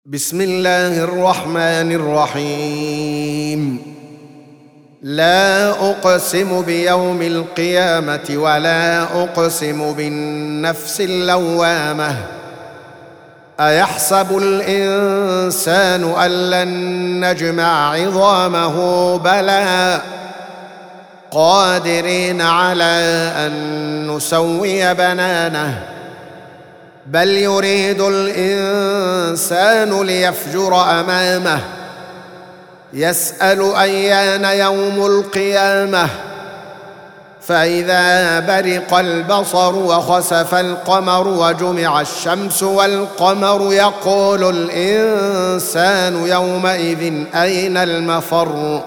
بسم الله الرحمن الرحيم. لا أقسم بيوم القيامة ولا أقسم بالنفس اللوامة. أيحسب الإنسان أن لن نجمع عظامه بلى قادرين على أن نسوي بنانه بل يريد الإنسان ليفجر أمامه يسأل أيان يوم القيامة فإذا برق البصر وخسف القمر وجمع الشمس والقمر يقول الإنسان يومئذ أين المفر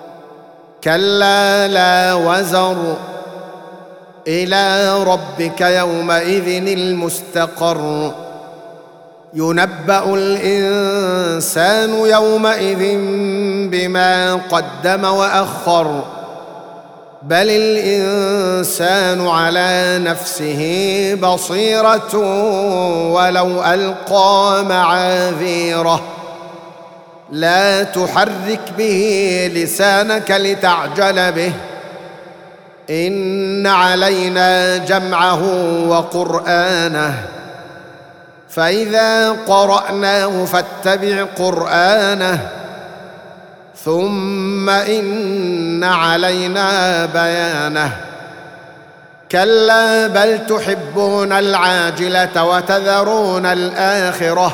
كلا لا وزر إلى ربك يومئذ المستقر ينبأ الإنسان يومئذ بما قدم وأخر بل الإنسان على نفسه بصيرة ولو ألقى معاذيره لا تحرك به لسانك لتعجل به إن علينا جمعه وقرآنه فإذا قرأناه فاتبع قرآنه ثم إن علينا بيانه كلا بل تحبون العاجلة وتذرون الآخرة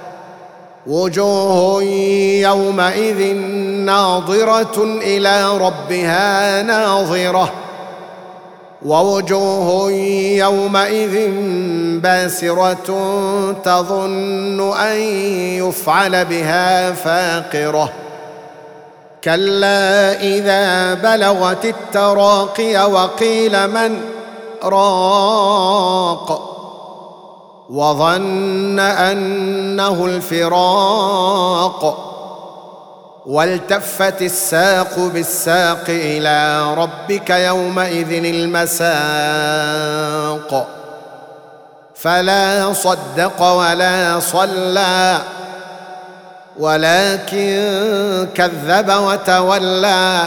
وجوه يومئذ ناظرة إلى ربها ناظرة ووجوه يومئذ باسرة تظن أن يفعل بها فاقرة كلا إذا بلغت التراقي وقيل من راق وظن أنه الفراق والتفت الساق بالساق إلى ربك يومئذ المساق فلا صدق ولا صلى ولكن كذب وتولى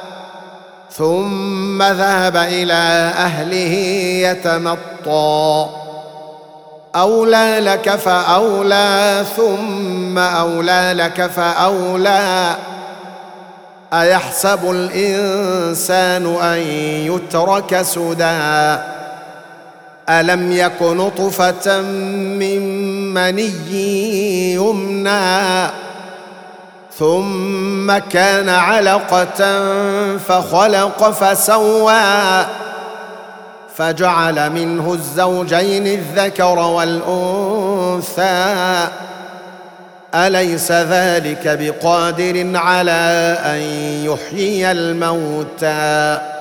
ثم ذهب إلى أهله يتمطى أولى لك فأولى ثم أولى لك فأولى أيحسب الإنسان أن يترك سدى ألم يك نطفة من مني يمنى ثم كان علقة فخلق فسوى فجعل منه الزوجين الذكر والأنثى أليس ذلك بقادر على أن يحيي الموتى